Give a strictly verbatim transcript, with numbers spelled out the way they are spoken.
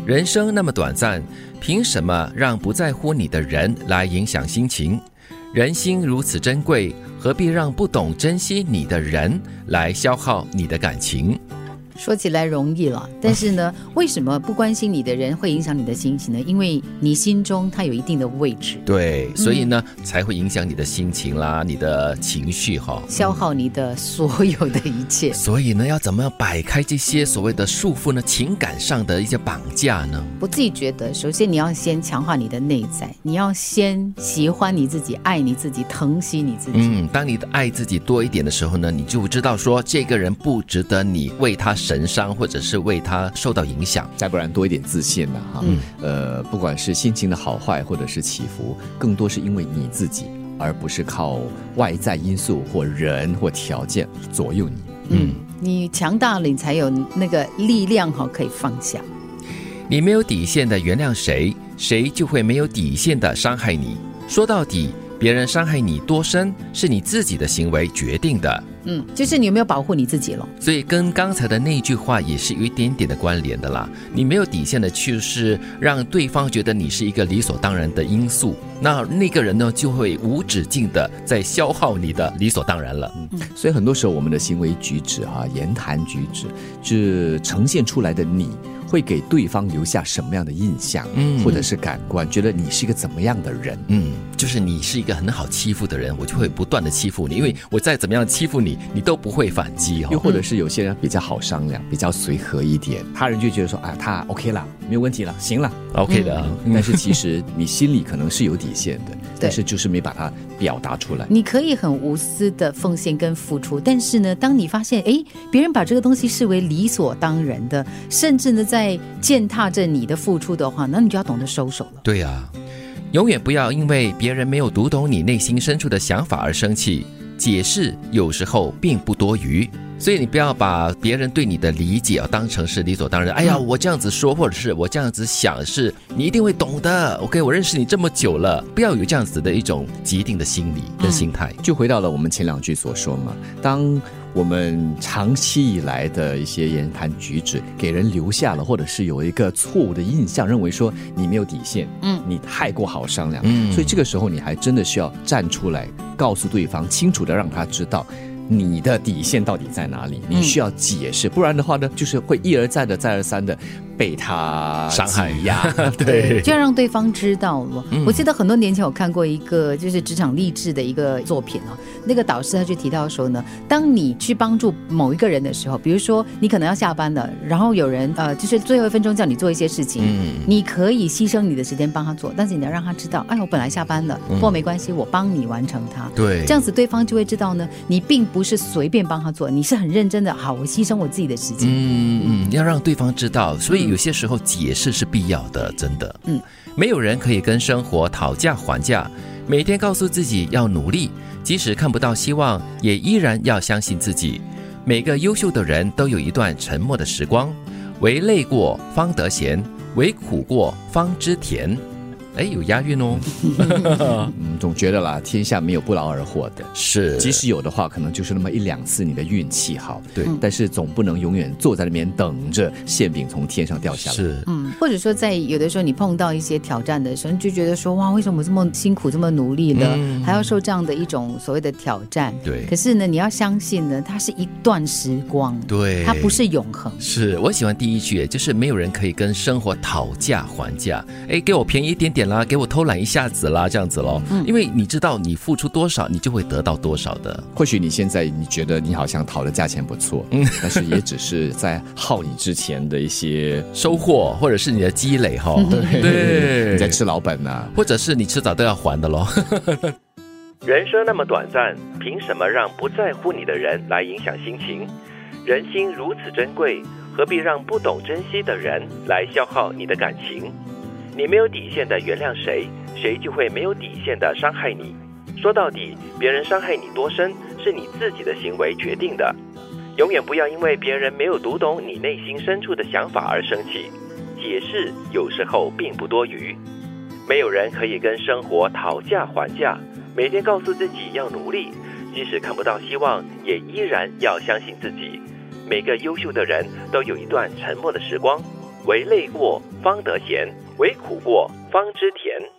人生那么短暂，凭什么让不在乎你的人来影响心情？人心如此珍贵，何必让不懂珍惜你的人来消耗你的感情？ 说起来容易了，但是呢，为什么不关心你的人会影响你的心情呢？因为你心中它有一定的位置， 对，所以呢、嗯、才会影响你的心情啦，你的情绪哈， 消耗你的所有的一切。 所以呢，要怎么样摆开这些所谓的束缚呢？情感上的一些绑架呢？ 我自己觉得，首先你要先强化你的内在，你要先喜欢你自己，爱你自己，疼惜你自己。 嗯，当你的爱自己多一点的时候呢，你就知道说这个人不值得你为他神伤，或者是为他受到影响， 再不然多一点自信了哈。嗯，呃，不管是心情的好坏或者是起伏，更多是因为你自己，而不是靠外在因素或人或条件左右你。 嗯，你强大了，你才有那个力量哈，可以放下。 你没有底线的原谅谁，谁就会没有底线的伤害你。说到底，别人伤害你多深，是你自己的行为决定的。 嗯，就是你有没有保护你自己了？ 所以跟刚才的那句话也是有一点点的关联的啦。你没有底线的，就是让对方觉得你是一个理所当然的因素，那那个人呢，就会无止境的在消耗你的理所当然了。 嗯，所以很多时候我们的行为举止哈、啊，言谈举止，是呈现出来的你。会给对方留下什么样的印象，嗯，或者是感官，觉得你是一个怎么样的人？ 嗯，就是你是一个很好欺负的人，我就会不断的欺负你，因为我再怎么样欺负你，你都不会反击哦。 又或者是有些人比较好商量，比较随和一点，他人就觉得说啊，他 OK 了，没有问题了，行了 ，OK 的、啊嗯。但是其实你心里可能是有底线的，但是就是没把它表达出来。 你可以很无私的奉献跟付出，但是呢，当你发现哎，别人把这个东西视为理所当然的，甚至呢在在践踏着你的付出的话，那你就要懂得收手了。 对啊，永远不要因为别人没有读懂你内心深处的想法而生气，解释有时候并不多余。所以你不要把别人对你的理解当成是理所当然。哎呀，我这样子说，或者是我这样子想，是你一定会懂的。OK， 我认识你这么久了，不要有这样子的一种既定的心理跟心态。 就回到了我们前两句所说嘛，当我们长期以来的一些言谈举止给人留下了，或者是有一个错误的印象，认为说你没有底线，嗯，你太过好商量，嗯，所以这个时候你还真的需要站出来，告诉对方，清楚的让他知道你的底线到底在哪里，你需要解释，嗯、不然的话呢，就是会一而再的、再而三的被他伤害呀， 对， 就要让对方知道了。嗯、我记得很多年前我看过一个就是职场励志的一个作品哦，那个导师他就提到说呢，当你去帮助某一个人的时候，比如说你可能要下班了，然后有人呃就是最后一分钟叫你做一些事情，嗯、你可以牺牲你的时间帮他做，但是你要让他知道，哎，我本来下班了，不过没关系，我帮你完成它。 对， 这样子对方就会知道呢，你并不是随便帮他做，你是很认真的。好，我牺牲我自己的时间。 嗯嗯，要让对方知道，所以有些时候解释是必要的，真的。嗯，没有人可以跟生活讨价还价，每天告诉自己要努力，即使看不到希望，也依然要相信自己。每个优秀的人都有一段沉默的时光，唯累过方得闲，唯苦过方知甜。哎，有押韵哦。 嗯，总觉得啦，天下没有不劳而获的， 是， 即使有的话，可能就是那么一两次你的运气好， 对， 但是总不能永远坐在那边等着馅饼从天上掉下来。 是， 嗯，或者说在有的时候你碰到一些挑战的时候，你就觉得说哇，为什么我这么辛苦这么努力了，嗯、还要受这样的一种所谓的挑战？ 对， 可是呢，你要相信呢，它是一段时光， 对， 它不是永恒。 是，我喜欢第一句，就是没有人可以跟生活讨价还价。哎，给我便宜一点点啦，给我偷懒一下子啦，这样子咯。嗯，因为你知道你付出多少，你就会得到多少的。 或许你现在你觉得你好像讨的价钱不错，嗯，但是也只是在耗你之前的一些收获，或者是你的积累哈。 对对， 你在吃老本啊， 或者是你迟早都要还的咯。人生那么短暂，凭什么让不在乎你的人来影响心情？人心如此珍贵，何必让不懂珍惜的人来消耗你的感情？你没有底线的原谅谁，谁就会没有底线的伤害你。说到底，别人伤害你多深，是你自己的行为决定的。永远不要因为别人没有读懂你内心深处的想法而生气，解释有时候并不多余。没有人可以跟生活讨价还价，每天告诉自己要努力，即使看不到希望，也依然要相信自己。每个优秀的人都有一段沉默的时光， 为累过方得闲，为苦过方知甜。